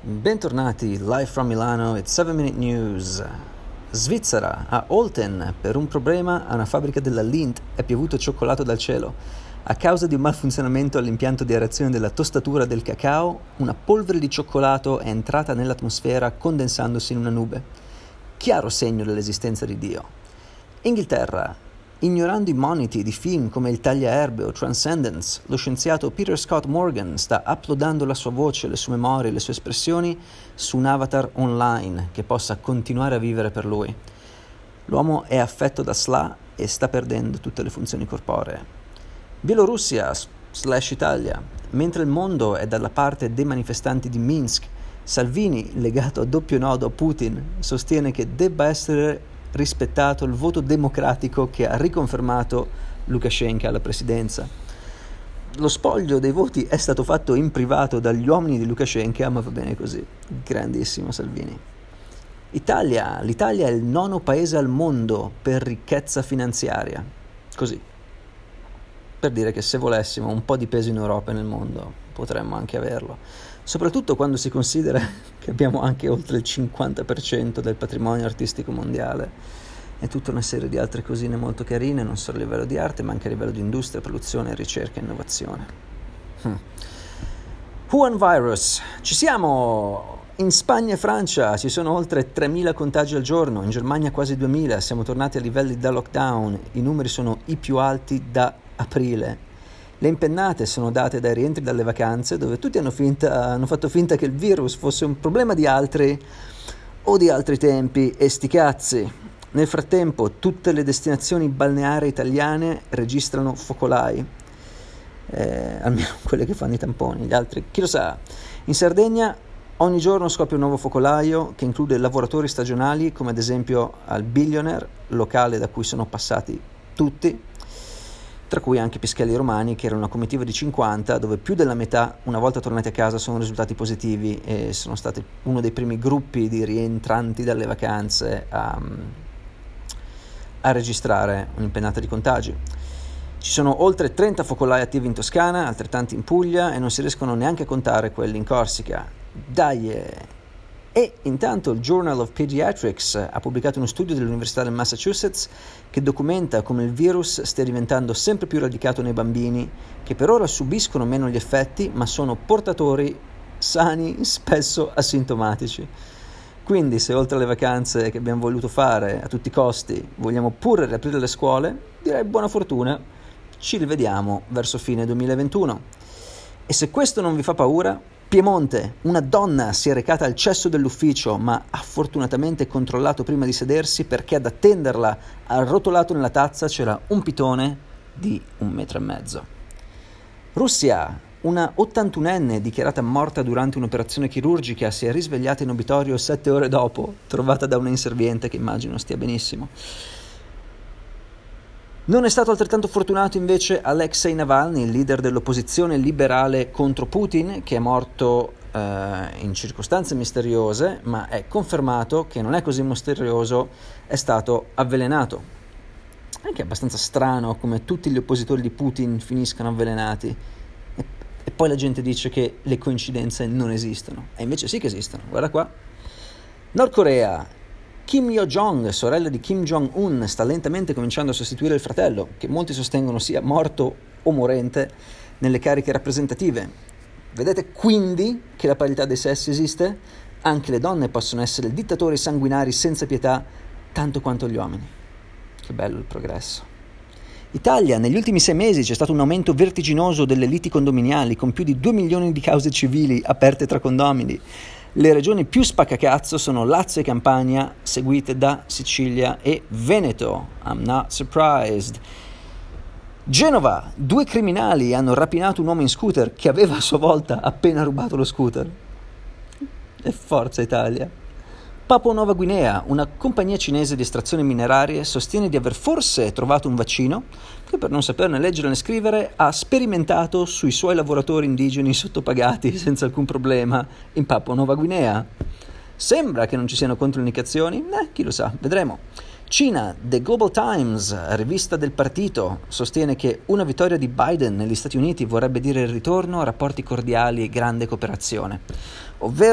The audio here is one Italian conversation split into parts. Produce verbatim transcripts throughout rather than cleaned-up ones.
Bentornati, live from Milano, it's seven minute news. Svizzera, a Olten, per un problema a una fabbrica della Lindt è piovuto cioccolato dal cielo. A causa di un malfunzionamento all'impianto di aerazione della tostatura del cacao, una polvere di cioccolato è entrata nell'atmosfera condensandosi in una nube. Chiaro segno dell'esistenza di Dio. Inghilterra. Ignorando i moniti di film come Il tagliaerbe o Transcendence, lo scienziato Peter Scott Morgan sta uploadando la sua voce, le sue memorie, le sue espressioni su un avatar online che possa continuare a vivere per lui. L'uomo è affetto da S L A e sta perdendo tutte le funzioni corporee. Bielorussia slash Italia. Mentre il mondo è dalla parte dei manifestanti di Minsk, Salvini, legato a doppio nodo a Putin, sostiene che debba essere rispettato il voto democratico che ha riconfermato Lukashenko alla presidenza. Lo spoglio dei voti è stato fatto in privato dagli uomini di Lukashenko, ma va bene così. Grandissimo Salvini. Italia. L'Italia è il nono paese al mondo per ricchezza finanziaria. Così. Per dire che se volessimo un po' di peso in Europa e nel mondo potremmo anche averlo. Soprattutto quando si considera che abbiamo anche oltre il cinquanta per cento del patrimonio artistico mondiale e tutta una serie di altre cosine molto carine, non solo a livello di arte ma anche a livello di industria, produzione, ricerca e innovazione. Hmm. Wuhan virus. Ci siamo! In Spagna e Francia ci sono oltre tremila contagi al giorno, in Germania quasi duemila, siamo tornati a livelli da lockdown, i numeri sono i più alti da aprile. Le impennate sono date dai rientri dalle vacanze, dove tutti hanno, finta, hanno fatto finta che il virus fosse un problema di altri o di altri tempi, e sti cazzi. Nel frattempo tutte le destinazioni balneari italiane registrano focolai, eh, almeno quelle che fanno i tamponi, gli altri chi lo sa. In Sardegna ogni giorno scoppia un nuovo focolaio che include lavoratori stagionali, come ad esempio al Billionaire, locale da cui sono passati tutti, tra cui anche Pischelli Romani, che era una comitiva di cinquanta, dove più della metà, una volta tornati a casa, sono risultati positivi e sono stati uno dei primi gruppi di rientranti dalle vacanze a, a registrare un'impennata di contagi. Ci sono oltre trenta focolai attivi in Toscana, altrettanti in Puglia, e non si riescono neanche a contare quelli in Corsica. Dai! E intanto il Journal of Pediatrics ha pubblicato uno studio dell'Università del Massachusetts che documenta come il virus stia diventando sempre più radicato nei bambini, che per ora subiscono meno gli effetti ma sono portatori sani, spesso asintomatici. Quindi se oltre alle vacanze che abbiamo voluto fare a tutti i costi vogliamo pure riaprire le scuole, direi buona fortuna, ci rivediamo verso fine duemilaventuno. E se questo non vi fa paura, Piemonte, una donna si è recata al cesso dell'ufficio ma ha fortunatamente controllato prima di sedersi, perché ad attenderla arrotolato nella tazza c'era un pitone di un metro e mezzo. Russia, una ottantunenne dichiarata morta durante un'operazione chirurgica si è risvegliata in obitorio sette ore dopo, trovata da una inserviente che immagino stia benissimo. Non è stato altrettanto fortunato invece Alexei Navalny, il leader dell'opposizione liberale contro Putin, che è morto eh, in circostanze misteriose, ma è confermato che non è così misterioso, è stato avvelenato. Anche abbastanza strano come tutti gli oppositori di Putin finiscano avvelenati e, e poi la gente dice che le coincidenze non esistono, e invece sì che esistono, guarda qua. Nord Corea. Kim Yo-jong, sorella di Kim Jong-un, sta lentamente cominciando a sostituire il fratello, che molti sostengono sia morto o morente, nelle cariche rappresentative. Vedete quindi che la parità dei sessi esiste? Anche le donne possono essere dittatori sanguinari senza pietà, tanto quanto gli uomini. Che bello il progresso. Italia, negli ultimi sei mesi c'è stato un aumento vertiginoso delle liti condominiali, con più di due milioni di cause civili aperte tra condomini. Le regioni più spaccacazzo sono Lazio e Campania, seguite da Sicilia e Veneto. I'm not surprised. Genova, due criminali hanno rapinato un uomo in scooter che aveva a sua volta appena rubato lo scooter. E forza Italia. Papua Nuova Guinea, una compagnia cinese di estrazione minerarie, sostiene di aver forse trovato un vaccino che, per non saperne leggere né scrivere, ha sperimentato sui suoi lavoratori indigeni sottopagati senza alcun problema in Papua Nuova Guinea. Sembra che non ci siano controindicazioni? Eh, chi lo sa, vedremo. Cina, The Global Times, rivista del partito, sostiene che una vittoria di Biden negli Stati Uniti vorrebbe dire il ritorno a rapporti cordiali e grande cooperazione, ovvero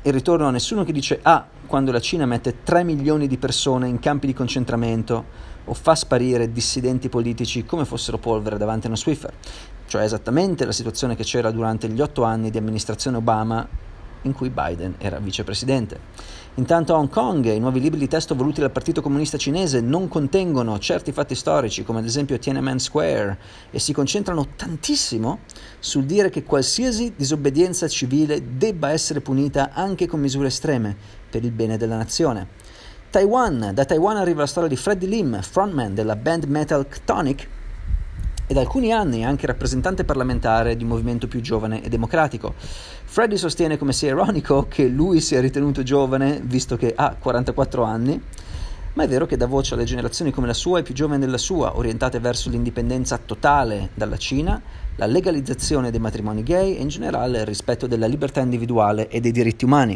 il ritorno a nessuno che dice ah, quando la Cina mette tre milioni di persone in campi di concentramento o fa sparire dissidenti politici come fossero polvere davanti a uno Swiffer, cioè esattamente la situazione che c'era durante gli otto anni di amministrazione Obama in cui Biden era vicepresidente. Intanto a Hong Kong i nuovi libri di testo voluti dal Partito Comunista Cinese non contengono certi fatti storici, come ad esempio Tiananmen Square, e si concentrano tantissimo sul dire che qualsiasi disobbedienza civile debba essere punita anche con misure estreme per il bene della nazione. Taiwan, da Taiwan arriva la storia di Freddie Lim, frontman della band metal Chthonic, e da alcuni anni anche rappresentante parlamentare di un movimento più giovane e democratico. Freddie sostiene come sia ironico che lui sia ritenuto giovane, visto che ha quarantaquattro anni, ma è vero che dà voce alle generazioni come la sua e più giovani della sua, orientate verso l'indipendenza totale dalla Cina, la legalizzazione dei matrimoni gay e in generale il rispetto della libertà individuale e dei diritti umani.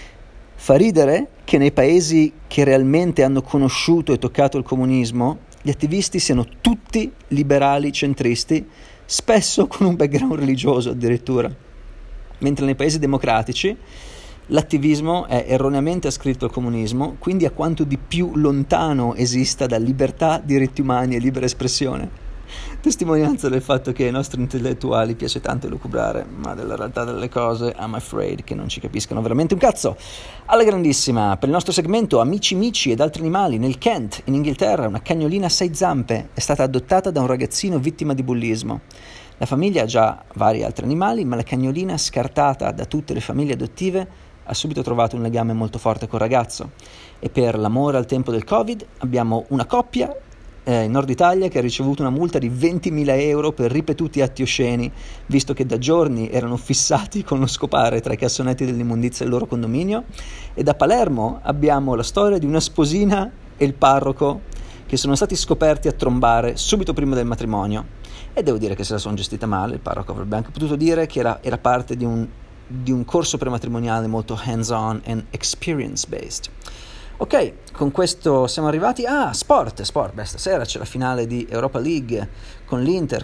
Fa ridere che nei paesi che realmente hanno conosciuto e toccato il comunismo gli attivisti siano tutti liberali centristi, spesso con un background religioso addirittura, mentre nei paesi democratici l'attivismo è erroneamente ascritto al comunismo, quindi a quanto di più lontano esista da libertà, diritti umani e libera espressione. Testimonianza del fatto che ai nostri intellettuali piace tanto elucubrare, ma della realtà delle cose I'm afraid che non ci capiscano veramente un cazzo. Alla grandissima, per il nostro segmento Amici Mici ed altri animali, nel Kent, in Inghilterra, una cagnolina a sei zampe è stata adottata da un ragazzino vittima di bullismo. La famiglia ha già vari altri animali, ma la cagnolina, scartata da tutte le famiglie adottive, ha subito trovato un legame molto forte col ragazzo. E per l'amore al tempo del Covid abbiamo una coppia eh, in Nord Italia che ha ricevuto una multa di ventimila euro per ripetuti atti osceni, visto che da giorni erano fissati con lo scopare tra i cassonetti dell'immondizia del loro condominio. E da Palermo abbiamo la storia di una sposina e il parroco che sono stati scoperti a trombare subito prima del matrimonio. E devo dire che se la sono gestita male. Il parroco avrebbe anche potuto dire che era, era parte di un, di un corso prematrimoniale molto hands-on and experience-based. Ok, con questo siamo arrivati a ah, sport, sport, beh, stasera c'è la finale di Europa League con l'Inter,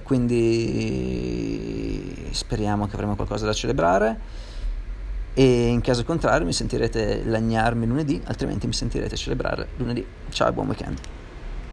quindi speriamo che avremo qualcosa da celebrare e in caso contrario mi sentirete lagnarmi lunedì, altrimenti mi sentirete celebrare lunedì. Ciao e buon weekend.